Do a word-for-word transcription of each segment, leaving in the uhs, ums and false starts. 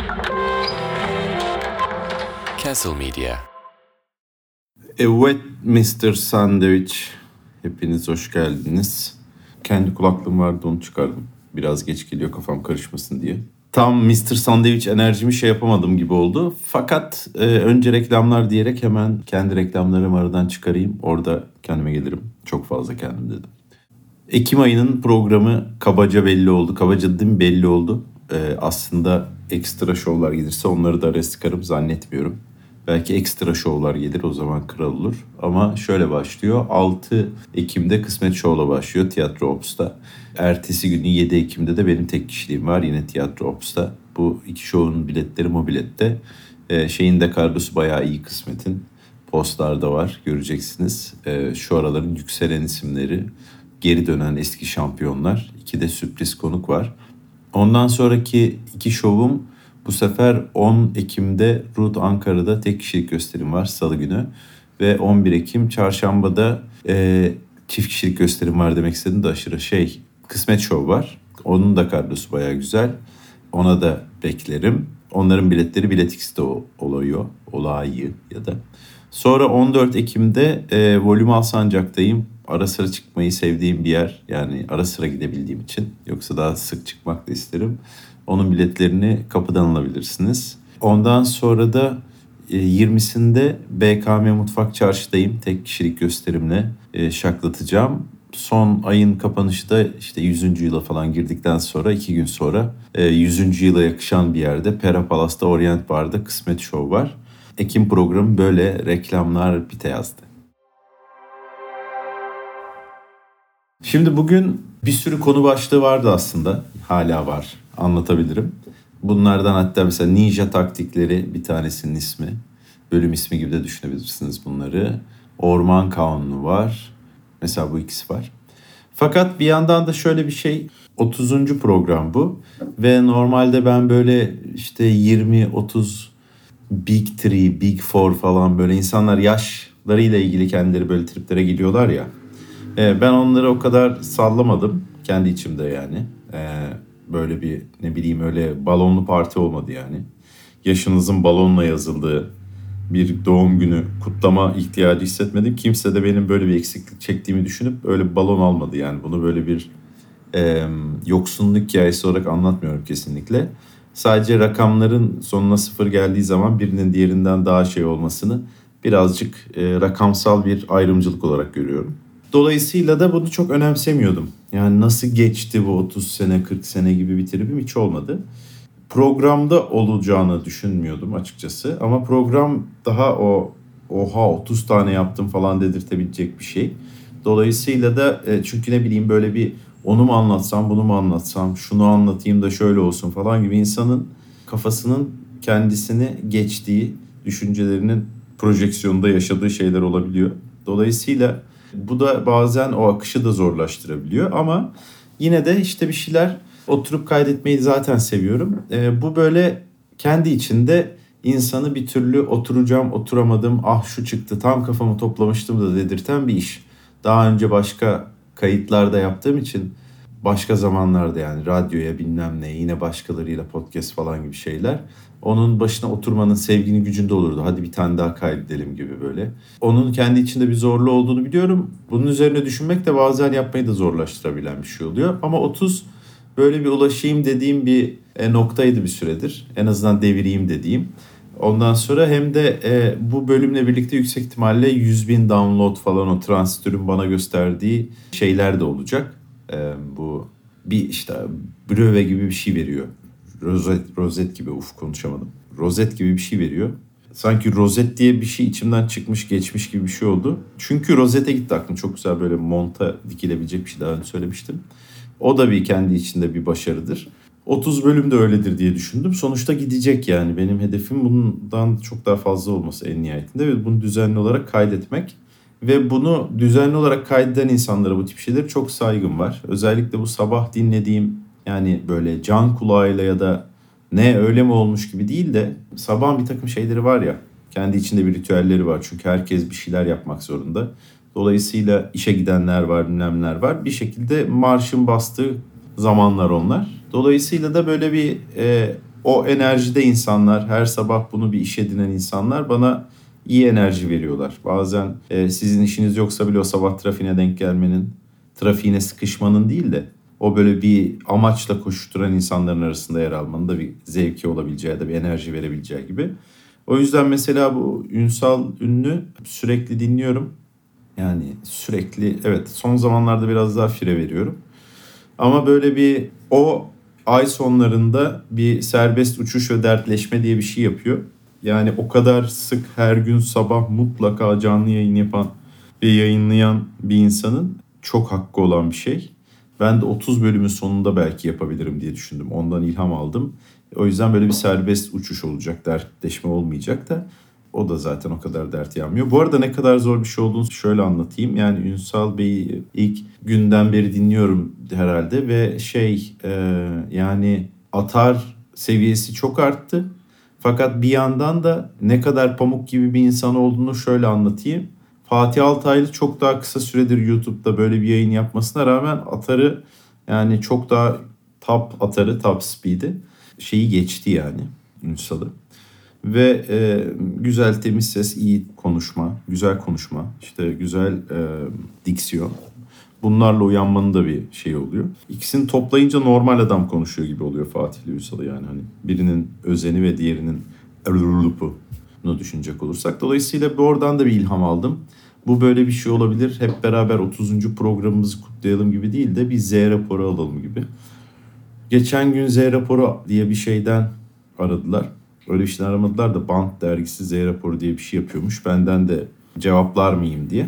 Castle Media. Evet mister Sandwich, hepiniz hoş geldiniz. Kendi kulaklığım vardı, onu çıkardım. Biraz geç geliyor, kafam karışmasın diye. Tam mister Sandwich enerjimi şey yapamadım gibi oldu. Fakat e, önce reklamlar diyerek hemen kendi reklamlarımı aradan çıkarayım. Orada kendime gelirim. Çok fazla kendim dedim. Ekim ayının programı kabaca belli oldu. Kabaca dedim belli oldu. E, aslında ekstra şovlar gelirse onları da araya sıkarım zannetmiyorum. Belki ekstra şovlar gelir, o zaman kral olur. Ama şöyle başlıyor. altı Ekim'de Kısmet Show'la başlıyor Tiyatro Ops'ta. Ertesi günü yedi Ekim'de de benim tek kişiliğim var yine Tiyatro Ops'ta. Bu iki şovun biletleri Mobilet'te. Ee, şeyin de kargosu bayağı iyi Kısmet'in. Postlarda var, göreceksiniz. Ee, şu araların yükselen isimleri, geri dönen eski şampiyonlar. İki de sürpriz konuk var. Ondan sonraki iki şovum bu sefer on Ekim'de Root Ankara'da tek kişilik gösterim var Salı günü. Ve on bir Ekim Çarşamba'da e, çift kişilik gösterim var demek istedim de aşırı şey. Kısmet Show var. Onun da kadrosu bayağı güzel. Ona da beklerim. Onların biletleri Bilet X'te oluyor. Olayı ya da. Sonra on dört Ekim'de e, Volüm Alsancak'tayım. Ara sıra çıkmayı sevdiğim bir yer. Yani ara sıra gidebildiğim için. Yoksa daha sık çıkmak da isterim. Onun biletlerini kapıdan alabilirsiniz. Ondan sonra da e, yirmisinde B K M Mutfak Çarşı'dayım. Tek kişilik gösterimle e, şaklatacağım. Son ayın kapanışı da işte yüzüncü yıla falan girdikten sonra iki gün sonra e, yüzüncü yıla yakışan bir yerde Pera Palas'ta Orient Bar'da Kısmet Show var. Ekim programı böyle, reklamlar bite yazdı. Şimdi bugün bir sürü konu başlığı vardı aslında. Hala var. Anlatabilirim. Bunlardan hatta mesela Ninja Taktikleri bir tanesinin ismi. Bölüm ismi gibi de düşünebilirsiniz bunları. Orman Kanunu var. Mesela bu ikisi var. Fakat bir yandan da şöyle bir şey. otuzuncu program bu. Ve normalde ben böyle işte yirmi otuz Big Three, Big Four falan böyle insanlar yaşlarıyla ilgili kendileri böyle triplere geliyorlar ya. Ee, ben onları o kadar sallamadım kendi içimde yani. Ee, böyle bir ne bileyim öyle balonlu parti olmadı yani. Yaşınızın balonla yazıldığı bir doğum günü kutlama ihtiyacı hissetmedim. Kimse de benim böyle bir eksiklik çektiğimi düşünüp öyle bir balon almadı yani. Bunu böyle bir e, yoksunluk hikayesi olarak anlatmıyorum kesinlikle. Sadece rakamların sonuna sıfır geldiği zaman birinin diğerinden daha şey olmasını birazcık e, rakamsal bir ayrımcılık olarak görüyorum. Dolayısıyla da bunu çok önemsemiyordum. Yani nasıl geçti bu otuz sene kırk sene gibi bir tribim hiç olmadı. Programda olacağını düşünmüyordum açıkçası. Ama program daha o oha otuz tane yaptım falan dedirtebilecek bir şey. Dolayısıyla da e, çünkü ne bileyim böyle bir onu mu anlatsam bunu mu anlatsam şunu anlatayım da şöyle olsun falan gibi insanın kafasının kendisini geçtiği düşüncelerinin projeksiyonunda yaşadığı şeyler olabiliyor. Dolayısıyla bu da bazen o akışı da zorlaştırabiliyor ama yine de işte bir şeyler oturup kaydetmeyi zaten seviyorum. E, bu böyle kendi içinde insanı bir türlü oturacağım, oturamadım, ah şu çıktı, tam kafamı toplamıştım da dedirten bir iş. Daha önce başka kayıtlarda yaptığım için başka zamanlarda yani radyoya bilmem ne yine başkalarıyla podcast falan gibi şeyler. Onun başına oturmanın sevginin gücünde olurdu. Hadi bir tane daha kaydedelim gibi böyle. Onun kendi içinde bir zorluğu olduğunu biliyorum. Bunun üzerine düşünmek de bazen yapmayı da zorlaştırabilen bir şey oluyor. Ama otuz böyle bir ulaşayım dediğim bir e, noktaydı bir süredir. En azından devireyim dediğim. Ondan sonra hem de e, bu bölümle birlikte yüksek ihtimalle yüz bin download falan o transistörün bana gösterdiği şeyler de olacak. E, bu bir işte bröve gibi bir şey veriyor. Rozet, rozet gibi uf konuşamadım. Rozet gibi bir şey veriyor. Sanki rozet diye bir şey içimden çıkmış geçmiş gibi bir şey oldu. Çünkü rozete gitti aklım. Çok güzel böyle monta dikilebilecek bir şey daha önce söylemiştim. O da bir kendi içinde bir başarıdır. otuz bölüm de öyledir diye düşündüm. Sonuçta gidecek yani. Benim hedefim bundan çok daha fazla olması en nihayetinde. Ve bunu düzenli olarak kaydetmek. Ve bunu düzenli olarak kaydeden insanlara bu tip şeyler çok saygım var. Özellikle bu sabah dinlediğim yani böyle can kulağıyla ya da ne öyle mi olmuş gibi değil de sabahın bir takım şeyleri var ya. Kendi içinde bir ritüelleri var. Çünkü herkes bir şeyler yapmak zorunda. Dolayısıyla işe gidenler var, bilmemler var. Bir şekilde marşın bastığı zamanlar onlar. Dolayısıyla da böyle bir e, o enerjide insanlar, her sabah bunu bir iş edinen insanlar bana iyi enerji veriyorlar. Bazen e, sizin işiniz yoksa bile o sabah trafiğine denk gelmenin, trafiğine sıkışmanın değil de o böyle bir amaçla koşturan insanların arasında yer almanın da bir zevki olabileceği ya da bir enerji verebileceği gibi. O yüzden mesela bu Ünsal Ünlü sürekli dinliyorum. Yani sürekli, evet, son zamanlarda biraz daha fire veriyorum. Ama böyle bir o ay sonlarında bir serbest uçuş ve dertleşme diye bir şey yapıyor. Yani o kadar sık her gün sabah mutlaka canlı yayın yapan ve yayınlayan bir insanın çok hakkı olan bir şey. Ben de otuz bölümün sonunda belki yapabilirim diye düşündüm. Ondan ilham aldım. O yüzden böyle bir serbest uçuş olacak, dertleşme olmayacak da o da zaten o kadar dert yanmıyor. Bu arada ne kadar zor bir şey olduğunu şöyle anlatayım. Yani Ünsal Bey'i ilk günden beri dinliyorum herhalde ve şey e, yani atar seviyesi çok arttı. Fakat bir yandan da ne kadar pamuk gibi bir insan olduğunu şöyle anlatayım. Fatih Altaylı çok daha kısa süredir YouTube'da böyle bir yayın yapmasına rağmen atarı, yani çok daha top atarı, top speed'i şeyi geçti yani Ünsal'ı. Ve e, güzel temiz ses, iyi konuşma, güzel konuşma, işte güzel e, diksiyon. Bunlarla uyanmanın da bir şey oluyor. İkisini toplayınca normal adam konuşuyor gibi oluyor Fatih ile Ünsal'ı, yani hani birinin özeni ve diğerinin erulupunu düşünecek olursak. Dolayısıyla oradan da bir ilham aldım. Bu böyle bir şey olabilir. Hep beraber otuzuncu programımızı kutlayalım gibi değil de bir Z raporu alalım gibi. Geçen gün Z raporu diye bir şeyden aradılar. Öyle bir şeyden aramadılar da Band dergisi Z raporu diye bir şey yapıyormuş. Benden de cevaplar mıyım diye.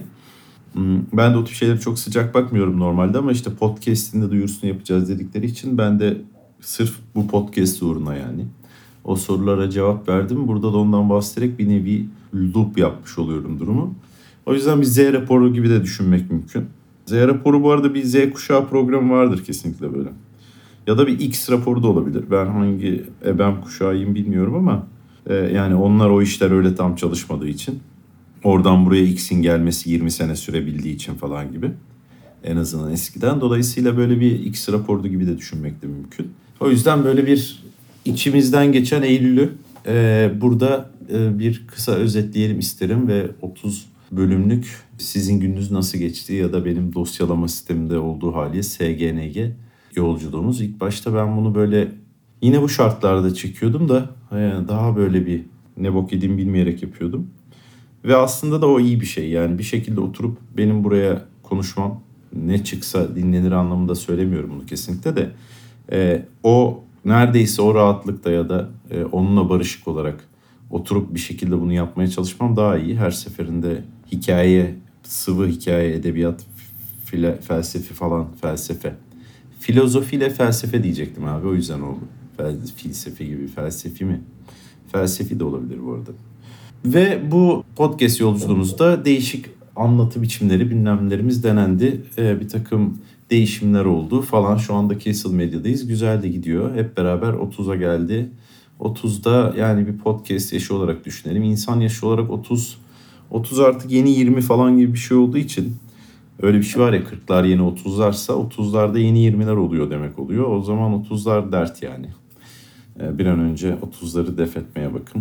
Ben de o tip şeylere çok sıcak bakmıyorum normalde ama işte podcast'in de duyurusunu yapacağız dedikleri için ben de sırf bu podcast uğruna yani o sorulara cevap verdim. Burada da ondan bahsederek bir nevi loop yapmış oluyorum durumu. O yüzden bir Z raporu gibi de düşünmek mümkün. Z raporu bu arada bir Z kuşağı programı vardır kesinlikle böyle. Ya da bir X raporu da olabilir. Ben hangi ebem kuşağıyım bilmiyorum ama e, yani onlar o işler öyle tam çalışmadığı için. Oradan buraya X'in gelmesi yirmi sene sürebildiği için falan gibi. En azından eskiden. Dolayısıyla böyle bir X raporu gibi de düşünmek de mümkün. O yüzden böyle bir içimizden geçen Eylül'ü e, burada e, bir kısa özetleyelim isterim ve otuz bölümlük sizin gününüz nasıl geçti ya da benim dosyalama sisteminde olduğu hali S G N G yolculuğumuz. İlk başta ben bunu böyle yine bu şartlarda çekiyordum da daha böyle bir ne bok yediğimi bilmeyerek yapıyordum. Ve aslında da o iyi bir şey. Yani bir şekilde oturup benim buraya konuşmam ne çıksa dinlenir anlamında söylemiyorum bunu kesinlikle de. E, o neredeyse o rahatlıkta ya da e, onunla barışık olarak oturup bir şekilde bunu yapmaya çalışmam daha iyi. Her seferinde hikaye, sıvı hikaye, edebiyat, file, felsefi falan, felsefe. Filozofiyle felsefe diyecektim abi, o yüzden oldu. Felsefe gibi, felsefi mi? Felsefi de olabilir bu arada. Ve bu podcast yolculuğumuzda değişik anlatı biçimleri, bilmemlerimiz denendi. Ee, bir takım değişimler oldu falan. Şu anda Castle Medya'dayız. Güzel de gidiyor. Hep beraber otuza geldi. otuzda yani bir podcast yaşı olarak düşünelim. İnsan yaşı olarak otuz. otuz artık yeni yirmi falan gibi bir şey olduğu için. Öyle bir şey var ya, kırklar yeni otuzlarsa otuzlarda yeni yirmiler oluyor demek oluyor. O zaman otuzlar dert yani. Ee, bir an önce otuzları def etmeye bakın.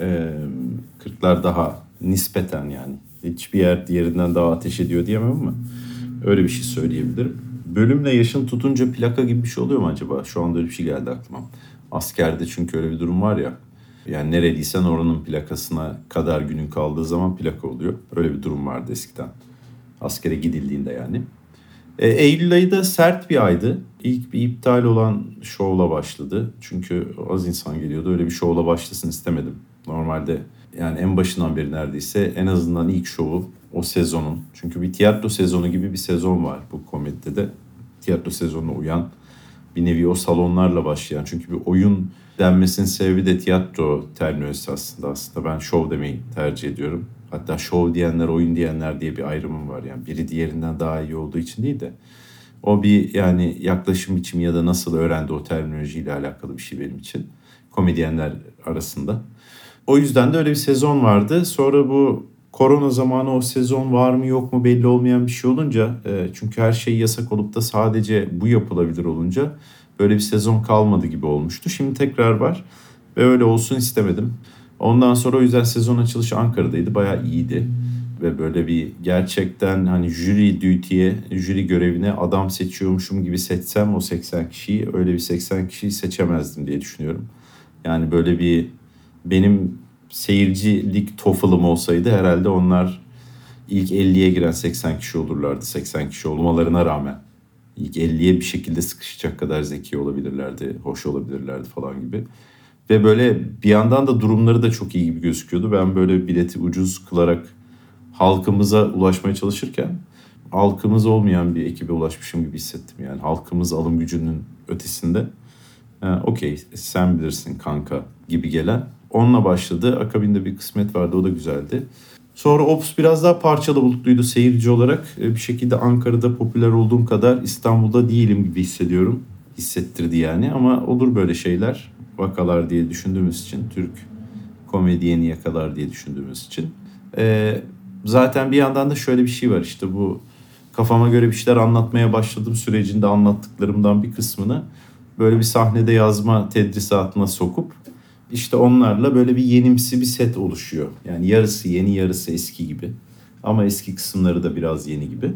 kırklar daha nispeten yani. Hiçbir yer diğerinden daha ateş ediyor diyemem ama öyle bir şey söyleyebilirim. Bölümle yaşın tutunca plaka gibi bir şey oluyor mu acaba? Şu anda öyle bir şey geldi aklıma. Askerde çünkü öyle bir durum var ya. Yani neredeysen oranın plakasına kadar günün kaldığı zaman plaka oluyor. Öyle bir durum vardı eskiden. Askere gidildiğinde yani. E, Eylül ayı da sert bir aydı. İlk bir iptal olan şovla başladı. Çünkü az insan geliyordu. Öyle bir şovla başlasın istemedim. Normalde yani en başından beri neredeyse en azından ilk şovu o sezonun. Çünkü bir tiyatro sezonu gibi bir sezon var bu komedide de. Tiyatro sezonuna uyan bir nevi o salonlarla başlayan. Çünkü bir oyun denmesinin sebebi de tiyatro terminolojisi aslında. Aslında ben şov demeyi tercih ediyorum. Hatta şov diyenler, oyun diyenler diye bir ayrımım var. Yani biri diğerinden daha iyi olduğu için değil de o bir yani yaklaşım biçimi ya da nasıl öğrendi o terminolojiyle alakalı bir şey benim için. Komedyenler arasında. O yüzden de öyle bir sezon vardı. Sonra bu korona zamanı o sezon var mı yok mu belli olmayan bir şey olunca, e, çünkü her şey yasak olup da sadece bu yapılabilir olunca böyle bir sezon kalmadı gibi olmuştu. Şimdi tekrar var ve öyle olsun istemedim. Ondan sonra o yüzden sezon açılışı Ankara'daydı. Bayağı iyiydi. Ve böyle bir gerçekten hani jüri duty'ye, jüri görevine adam seçiyormuşum gibi seçsem o seksen kişiyi, öyle bir seksen kişiyi seçemezdim diye düşünüyorum. Yani böyle bir benim seyircilik TOEFL'ım olsaydı herhalde onlar ilk elliye giren seksen kişi olurlardı. seksen kişi olmalarına rağmen. İlk elliye bir şekilde sıkışacak kadar zeki olabilirlerdi, hoş olabilirlerdi falan gibi. Ve böyle bir yandan da durumları da çok iyi gibi gözüküyordu. Ben böyle bileti ucuz kılarak halkımıza ulaşmaya çalışırken halkımız olmayan bir ekibe ulaşmışım gibi hissettim. Yani halkımız alım gücünün ötesinde. Okey sen bilirsin kanka gibi gelen. Onunla başladı. Akabinde bir kısmet vardı, o da güzeldi. Sonra Ops biraz daha parçalı bulutluydu seyirci olarak. Bir şekilde Ankara'da popüler olduğum kadar İstanbul'da değilim gibi hissediyorum. Hissettirdi yani, ama olur böyle şeyler. Vakalar diye düşündüğümüz için, Türk komedyeni yakalar diye düşündüğümüz için. Ee, zaten bir yandan da şöyle bir şey var, işte bu kafama göre bir şeyler anlatmaya başladığım sürecinde anlattıklarımdan bir kısmını böyle bir sahnede yazma tedrisatına sokup işte onlarla böyle bir yenimsi bir set oluşuyor. Yani yarısı yeni, yarısı eski gibi. Ama eski kısımları da biraz yeni gibi.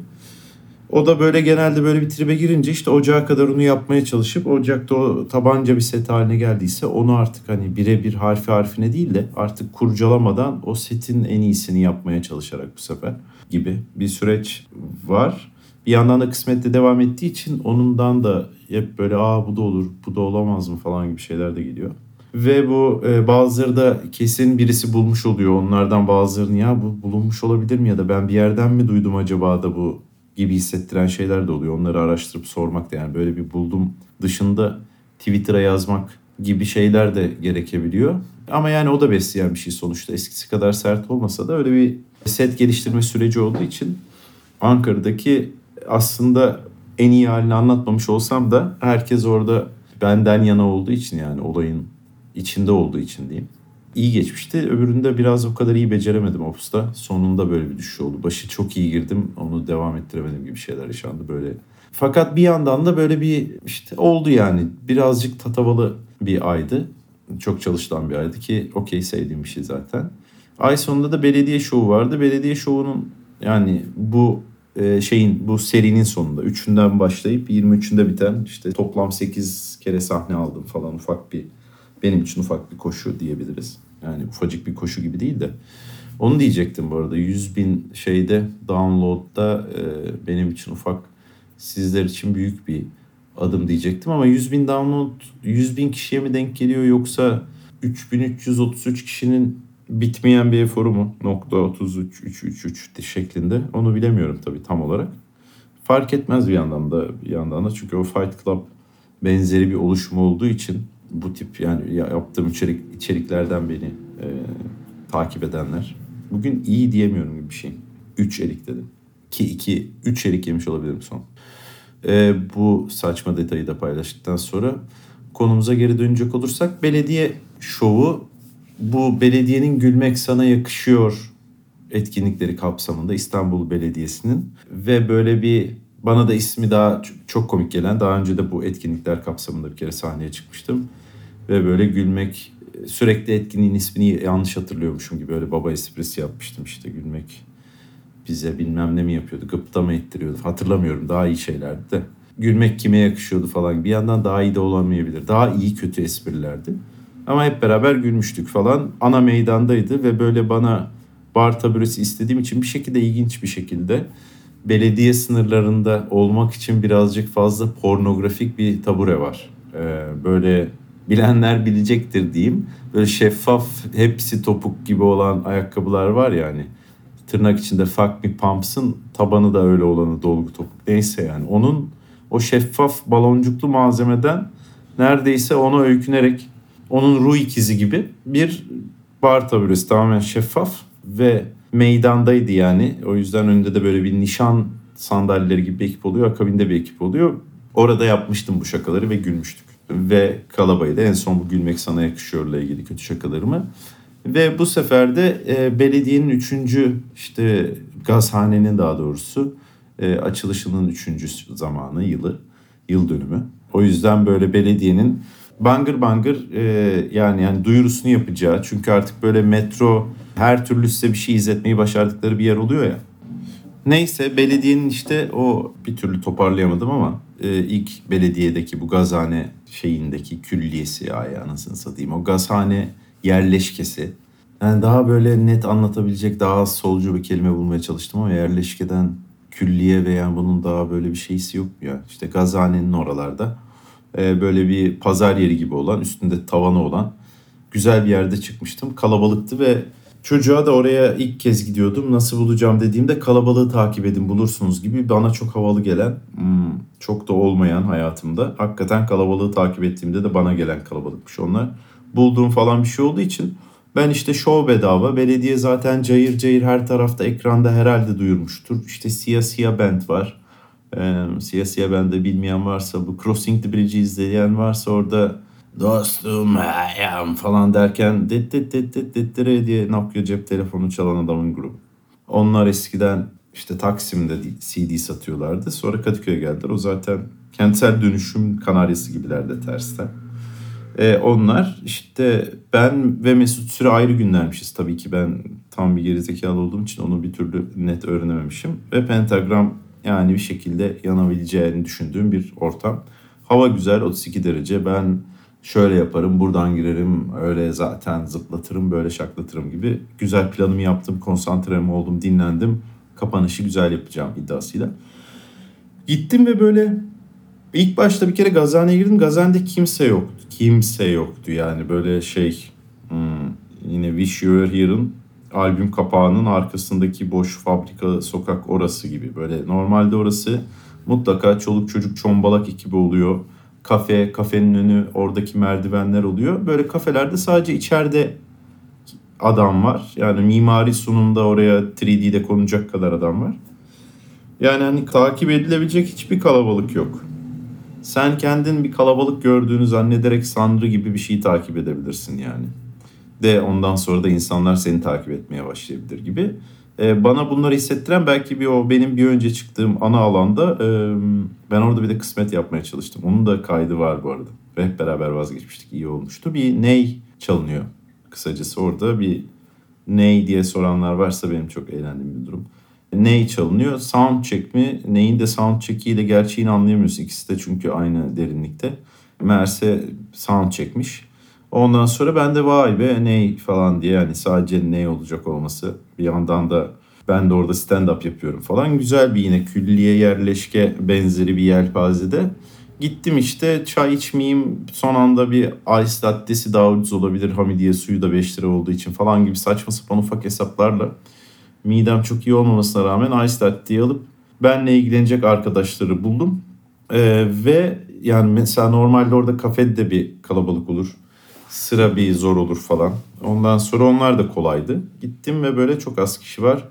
O da böyle genelde böyle bir tribe girince işte Ocağa kadar onu yapmaya çalışıp Ocak'ta o tabanca bir set haline geldiyse onu artık hani birebir harfi harfine değil de artık kurcalamadan o setin en iyisini yapmaya çalışarak bu sefer gibi bir süreç var. Bir yandan da kısmetle devam ettiği için onundan da hep böyle aa bu da olur, bu da olamaz mı falan gibi şeyler de geliyor. Ve bu e, bazıları da kesin birisi bulmuş oluyor. Onlardan bazılarını ya bu bulunmuş olabilir mi ya da ben bir yerden mi duydum acaba da bu gibi hissettiren şeyler de oluyor. Onları araştırıp sormak da, yani böyle bir buldum dışında Twitter'a yazmak gibi şeyler de gerekebiliyor. Ama yani o da besleyen bir şey sonuçta. Eskisi kadar sert olmasa da öyle bir set geliştirme süreci olduğu için Ankara'daki aslında en iyi halini anlatmamış olsam da herkes orada benden yana olduğu için, yani olayın içinde olduğu için diyeyim, İyi geçmişti. Öbüründe biraz o kadar iyi beceremedim Ops'ta. Sonunda böyle bir düşüş oldu. Başı çok iyi girdim. Onu devam ettiremedim gibi şeyler yaşandı böyle. Fakat bir yandan da böyle bir işte oldu yani. Birazcık tatavalı bir aydı. Çok çalışılan bir aydı ki okey, sevdiğim bir şey zaten. Ay sonunda da belediye şovu vardı. Belediye şovunun yani bu e, şeyin bu serinin sonunda üçünden başlayıp yirmi üçünde biten işte toplam sekiz kere sahne aldım falan, ufak bir, benim için ufak bir koşu diyebiliriz. Yani ufacık bir koşu gibi değil de. Onu diyecektim bu arada. yüz bin şeyde download'da e, benim için ufak, sizler için büyük bir adım diyecektim. Ama yüz bin download yüz bin kişiye mi denk geliyor yoksa üç bin üç yüz otuz üç kişinin bitmeyen bir eforu mu? Nokta otuz üç üç üç üç şeklinde. Onu bilemiyorum tabii tam olarak. Fark etmez bir yandan da, bir yandan da çünkü o Fight Club benzeri bir oluşum olduğu için bu tip yani yaptığım içerik, içeriklerden beni e, takip edenler. Bugün iyi diyemiyorum gibi bir şey. üç erik dedim. Ki iki üç erik yemiş olabilirim son. E, bu saçma detayı da paylaştıktan sonra konumuza geri dönecek olursak, belediye şovu, bu belediyenin Gülmek Sana Yakışıyor etkinlikleri kapsamında İstanbul Belediyesi'nin ve böyle bir, bana da ismi daha çok komik gelen, daha önce de bu etkinlikler kapsamında bir kere sahneye çıkmıştım. Ve böyle gülmek, sürekli etkinliğin ismini yanlış hatırlıyormuşum gibi böyle baba esprisi yapmıştım, işte gülmek bize bilmem ne mi yapıyordu, gıpta mı ettiriyordu, hatırlamıyorum, daha iyi şeylerdi de. Gülmek kime yakışıyordu falan, bir yandan daha iyi de olamayabilir, daha iyi kötü esprilerdi. Ama hep beraber gülmüştük falan, ana meydandaydı ve böyle bana bar taburesi istediğim için bir şekilde, ilginç bir şekilde belediye sınırlarında olmak için birazcık fazla pornografik bir tabure var. Ee, böyle bilenler bilecektir diyeyim. Böyle şeffaf, hepsi topuk gibi olan ayakkabılar var ya hani. Tırnak içinde fuck me pumps'ın tabanı da öyle olanı, dolgu topuk. Neyse yani onun o şeffaf baloncuklu malzemeden neredeyse ona öykünerek, onun ruh ikizi gibi bir bar taburesi, tamamen şeffaf ve meydandaydı yani. O yüzden önünde de böyle bir nişan sandalyeleri gibi bir ekip oluyor. Akabinde bir ekip oluyor. Orada yapmıştım bu şakaları ve gülmüştük. Ve kalabaydı. En son bu Gülmek Sana Yakışıyor'la ilgili kötü şakalarımı. Ve bu sefer de e, belediyenin üçüncü işte gazhanenin daha doğrusu e, açılışının üçüncü zamanı, yılı, yıl dönümü. O yüzden böyle belediyenin bangır bangır e, yani yani duyurusunu yapacağı. Çünkü artık böyle metro her türlü size bir şey izletmeyi başardıkları bir yer oluyor ya. Neyse belediyenin işte o bir türlü toparlayamadım ama e, ilk belediyedeki bu gazhane şeyindeki külliyesi ay anasını satayım. O gazhane yerleşkesi. Yani daha böyle net anlatabilecek daha az solcu bir kelime bulmaya çalıştım ama yerleşkeden külliye ve yani bunun daha böyle bir şeysi yok mu ya? İşte gazhanenin oralarda e, böyle bir pazar yeri gibi olan üstünde tavanı olan güzel bir yerde çıkmıştım. Kalabalıktı ve çocuğa da oraya ilk kez gidiyordum. Nasıl bulacağım dediğimde kalabalığı takip edin bulursunuz gibi bana çok havalı gelen, hmm, çok da olmayan hayatımda. Hakikaten kalabalığı takip ettiğimde de bana gelen kalabalıkmış onlar. Bulduğum falan bir şey olduğu için ben işte şov bedava. Belediye zaten cayır cayır her tarafta ekranda herhalde duyurmuştur. İşte Sia Sia Band var. Ee, Sia Sia Band'ı bilmeyen varsa bu Crossing the Bridge'i izleyen varsa orada dostum I am falan derken dit dit dit dit dit dit diye ne yapıyor cep telefonu çalan adamın grubu. Onlar eskiden işte Taksim'de C D satıyorlardı. Sonra Kadıköy'e geldiler. O zaten kentsel dönüşüm kanaryası gibilerdi tersten. Ee, onlar işte ben ve Mesut Süre ayrı günlermişiz. Tabii ki ben tam bir gerizekalı olduğum için onu bir türlü net öğrenememişim. Ve Pentagram yani bir şekilde yanabileceğini düşündüğüm bir ortam. Hava güzel otuz iki derece. Ben şöyle yaparım buradan girerim öyle zaten zıplatırım böyle şaklatırım gibi. Güzel planımı yaptım, konsantrem oldum, dinlendim. Kapanışı güzel yapacağım iddiasıyla. Gittim ve böyle ilk başta bir kere Gazhane'ye girdim. Gazhane'de kimse yoktu. Kimse yoktu yani böyle şey hmm, yine Wish You Were Here'ın albüm kapağının arkasındaki boş fabrika sokak orası gibi. Böyle normalde orası mutlaka çoluk çocuk çombalak ekibi oluyor. Kafe, kafenin önü oradaki merdivenler oluyor. Böyle kafelerde sadece içeride adam var. Yani mimari sunumda oraya üç D'de konacak kadar adam var. Yani hani takip edilebilecek hiçbir kalabalık yok. Sen kendin bir kalabalık gördüğünü zannederek Sanrı gibi bir şeyi takip edebilirsin yani. De ondan sonra da insanlar seni takip etmeye başlayabilir gibi. Ee, bana bunları hissettiren belki bir o benim bir önce çıktığım ana alanda e, ben orada bir de kısmet yapmaya çalıştım. Onun da kaydı var bu arada. Ve hep beraber vazgeçmiştik. İyi olmuştu. Bir ney çalınıyor. Kısacası orada bir ney diye soranlar varsa benim çok eğlendiğim bir durum. Ney çalınıyor? Soundcheck mi? Neyin de soundcheck'iyle gerçeğini anlayamıyorsun. İkisi de çünkü aynı derinlikte. Meğerse soundcheck'miş. Ondan sonra ben de vay be ney falan diye yani sadece ney olacak olması. Bir yandan da ben de orada stand-up yapıyorum falan. Güzel bir yine külliye yerleşke benzeri bir yelpazede. Gittim işte çay içmeyeyim son anda bir ice latte'si daha ucuz olabilir. Hamidiye suyu da beş lira olduğu için falan gibi saçma sapan ufak hesaplarla. Midem çok iyi olmamasına rağmen ice latte'yi alıp benle ilgilenecek arkadaşları buldum. Ee, ve yani mesela normalde orada kafede bir kalabalık olur. Sıra bir zor olur falan. Ondan sonra onlar da kolaydı. Gittim ve böyle çok az kişi var.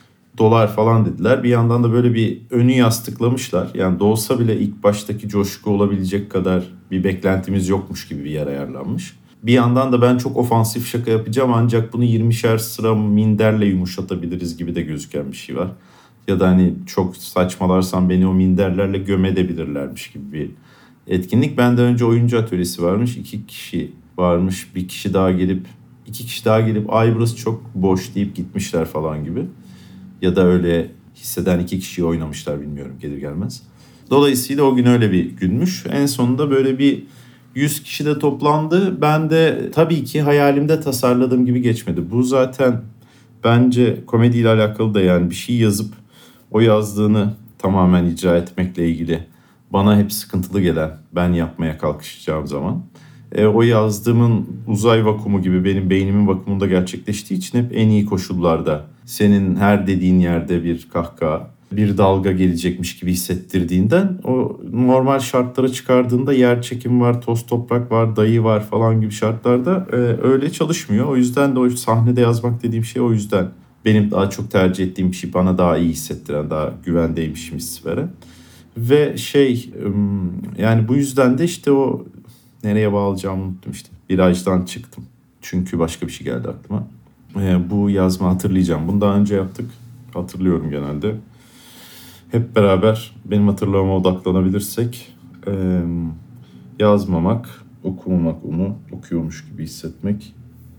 Dolar falan dediler. Bir yandan da böyle bir önü yastıklamışlar. Yani doğsa bile ilk baştaki coşku olabilecek kadar bir beklentimiz yokmuş gibi bir yer ayarlanmış. Bir yandan da ben çok ofansif şaka yapacağım ancak bunu yirmişer sıra minderle yumuşatabiliriz gibi de gözüken bir şey var. Ya da hani çok saçmalarsam beni o minderlerle gömedebilirlermiş gibi bir etkinlik. Benden önce oyuncu atölyesi varmış. İki kişi varmış. Bir kişi daha gelip iki kişi daha gelip ay burası çok boş deyip gitmişler falan gibi. Ya da öyle hisseden iki kişiyi oynamışlar bilmiyorum gelir gelmez. Dolayısıyla o gün öyle bir günmüş. En sonunda böyle bir yüz kişi de toplandı. Ben de tabii ki hayalimde tasarladığım gibi geçmedi. Bu zaten bence komediyle alakalı da yani bir şey yazıp o yazdığını tamamen icra etmekle ilgili bana hep sıkıntılı gelen ben yapmaya kalkışacağım zaman. E, o yazdığımın uzay vakumu gibi benim beynimin vakumunda gerçekleştiği için hep en iyi koşullarda senin her dediğin yerde bir kahkaha, bir dalga gelecekmiş gibi hissettirdiğinden o normal şartlara çıkardığında yer çekim var, toz toprak var, dayı var falan gibi şartlarda e, öyle çalışmıyor. O yüzden de o sahnede yazmak dediğim şey o yüzden benim daha çok tercih ettiğim bir şey bana daha iyi hissettiren, daha güvendeymişim hissi veren. Ve şey yani bu yüzden de işte o nereye bağlayacağımı unuttum işte. Virajdan çıktım. Çünkü başka bir şey geldi aklıma. Ee, bu yazma hatırlayacağım. Bunu daha önce yaptık. Hatırlıyorum genelde. Hep beraber benim hatırlamama odaklanabilirsek. E, yazmamak, okumamak, onu okuyormuş gibi hissetmek.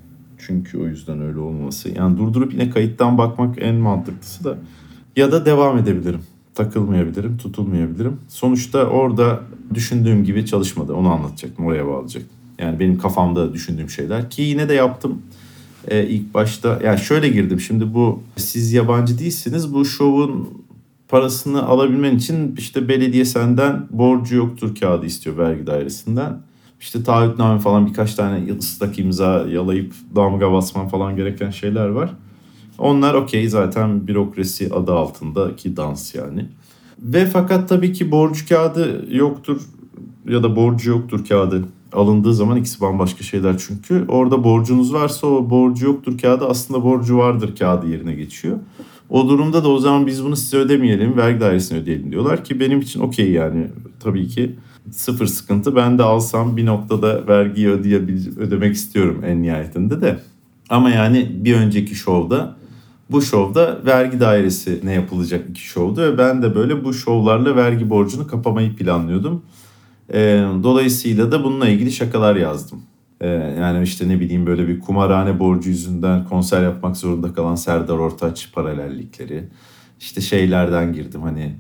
Çünkü o yüzden öyle olmaması. Yani durdurup yine kayıttan bakmak en mantıklısı da. Ya da devam edebilirim. Takılmayabilirim, tutulmayabilirim. Sonuçta orada düşündüğüm gibi çalışmadı. Onu anlatacaktım, oraya bağlayacaktım. Yani benim kafamda düşündüğüm şeyler. Ki yine de yaptım. Ee, ilk başta yani şöyle girdim. Şimdi bu siz yabancı değilsiniz. Bu şovun parasını alabilmen için işte belediye senden borcu yoktur kağıdı istiyor vergi dairesinden. İşte taahhütname falan birkaç tane ıslak imza yalayıp damga basman falan gereken şeyler var. Onlar okey, zaten bürokrasi adı altındaki dans yani. Ve fakat tabii ki borcu kağıdı yoktur ya da borcu yoktur kağıdı alındığı zaman ikisi bambaşka şeyler çünkü. Orada borcunuz varsa o borcu yoktur kağıdı aslında borcu vardır kağıdı yerine geçiyor. O durumda da o zaman biz bunu size ödemeyelim, vergi dairesine ödeyelim diyorlar ki benim için okey yani tabii ki sıfır sıkıntı. Ben de alsam bir noktada vergiyi ödeyebil- ödemek istiyorum en nihayetinde de. Ama yani bir önceki şovda bu şovda vergi dairesi ne yapılacak iki şovdu ve ben de böyle bu şovlarla vergi borcunu kapamayı planlıyordum. Ee, dolayısıyla da bununla ilgili şakalar yazdım. Ee, yani işte ne bileyim böyle bir kumarhane borcu yüzünden konser yapmak zorunda kalan Serdar Ortaç paralellikleri. İşte şeylerden girdim hani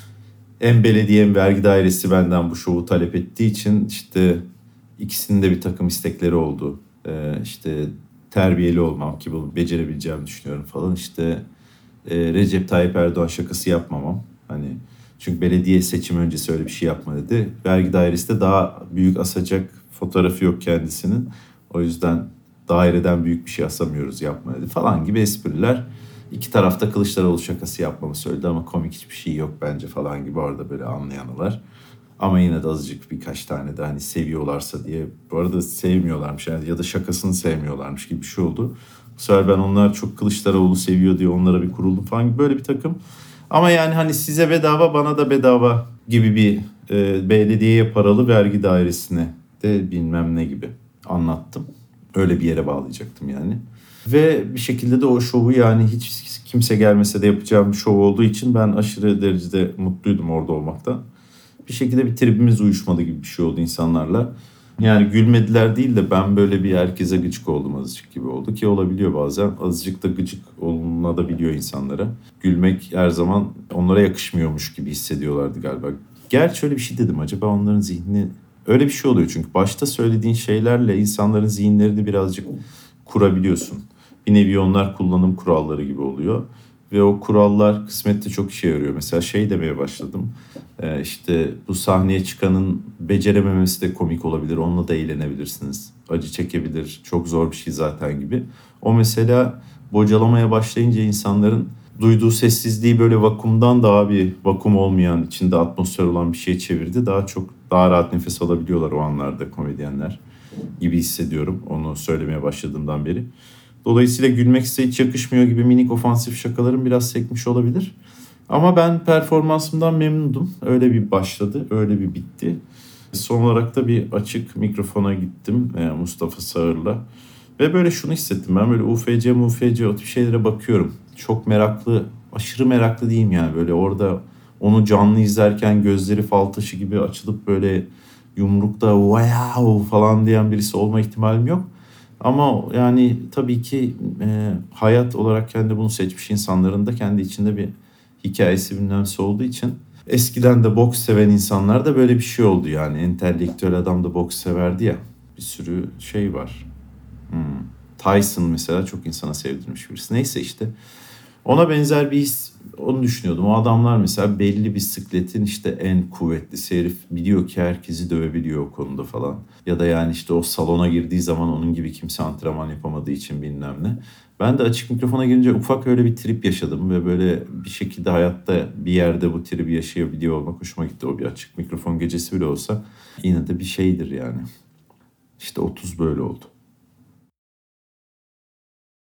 hem belediye hem vergi dairesi benden bu şovu talep ettiği için işte ikisinin de bir takım istekleri oldu. Ee, işte terbiyeli olmam ki bunu becerebileceğimi düşünüyorum falan. İşte e, Recep Tayyip Erdoğan şakası yapmamam. Hani çünkü belediye seçim öncesi öyle bir şey yapma dedi. Vergi dairesi de daha büyük asacak fotoğrafı yok kendisinin. O yüzden daireden büyük bir şey asamıyoruz, yapma dedi falan gibi espriler. İki tarafta Kılıçdaroğlu şakası yapmamı söyledi ama komik hiçbir şey yok bence falan gibi orada böyle anlayanı var. Ama yine de azıcık birkaç tane de hani seviyorlarsa diye. Bu arada sevmiyorlarmış yani ya da şakasını sevmiyorlarmış gibi bir şey oldu. Bu sefer ben onlar çok Kılıçdaroğlu seviyor diye onlara bir kuruldum falan gibi böyle bir takım. Ama yani hani size bedava bana da bedava gibi bir e, belediyeye paralı vergi dairesine de bilmem ne gibi anlattım. Öyle bir yere bağlayacaktım yani. Ve bir şekilde de o şovu yani hiç kimse gelmese de yapacağım bir şov olduğu için ben aşırı derecede mutluydum orada olmaktan. Bir şekilde bir tribimiz uyuşmadı gibi bir şey oldu insanlarla. Yani gülmediler değil de ben böyle bir herkese gıcık oldum azıcık gibi oldu ki olabiliyor bazen. Azıcık da gıcık olunabiliyor insanlara. Gülmek her zaman onlara yakışmıyormuş gibi hissediyorlardı galiba. Gerçi öyle bir şey dedim, acaba onların zihni öyle bir şey oluyor çünkü başta söylediğin şeylerle insanların zihinlerini birazcık kurabiliyorsun. Bir nevi onlar kullanım kuralları gibi oluyor. Ve o kurallar kısmette çok işe yarıyor. Mesela şey demeye başladım. Ee, işte bu sahneye çıkanın becerememesi de komik olabilir. Onunla da eğlenebilirsiniz. Acı çekebilir. Çok zor bir şey zaten gibi. O mesela bocalamaya başlayınca insanların duyduğu sessizliği böyle vakumdan daha bir vakum olmayan, içinde atmosfer olan bir şeye çevirdi. Daha çok, daha rahat nefes alabiliyorlar o anlarda komedyenler gibi hissediyorum. Onu söylemeye başladığımdan beri. Dolayısıyla gülmek size hiç yakışmıyor gibi minik ofansif şakalarım biraz sekmiş olabilir. Ama ben performansımdan memnundum. Öyle bir başladı, öyle bir bitti. Son olarak da bir açık mikrofona gittim e, Mustafa Sağır'la. Ve böyle şunu hissettim, ben böyle U F C, U F C o tip şeylere bakıyorum. Çok meraklı, aşırı meraklı diyeyim yani. Böyle orada onu canlı izlerken gözleri fal taşı gibi açılıp böyle yumrukta wow falan diyen birisi olma ihtimalim yok. Ama yani tabii ki e, hayat olarak kendi bunu seçmiş insanların da kendi içinde bir hikayesi bilmemsi olduğu için eskiden de boks seven insanlar da böyle bir şey oldu yani. Entelektüel adam da boks severdi ya. Bir sürü şey var. Hmm. Tyson mesela çok insana sevdirmiş birisi. Neyse işte ona benzer bir his, onu düşünüyordum. O adamlar mesela belli bisikletin işte en kuvvetlisi, herif biliyor ki herkesi dövebiliyor o konuda falan. Ya da yani işte o salona girdiği zaman onun gibi kimse antrenman yapamadığı için bilmem ne. Ben de açık mikrofona girince ufak öyle bir trip yaşadım ve böyle bir şekilde hayatta bir yerde bu tribi yaşayabiliyor olmak hoşuma gitti. O bir açık mikrofon gecesi bile olsa yine de bir şeydir yani. İşte otuz böyle oldu.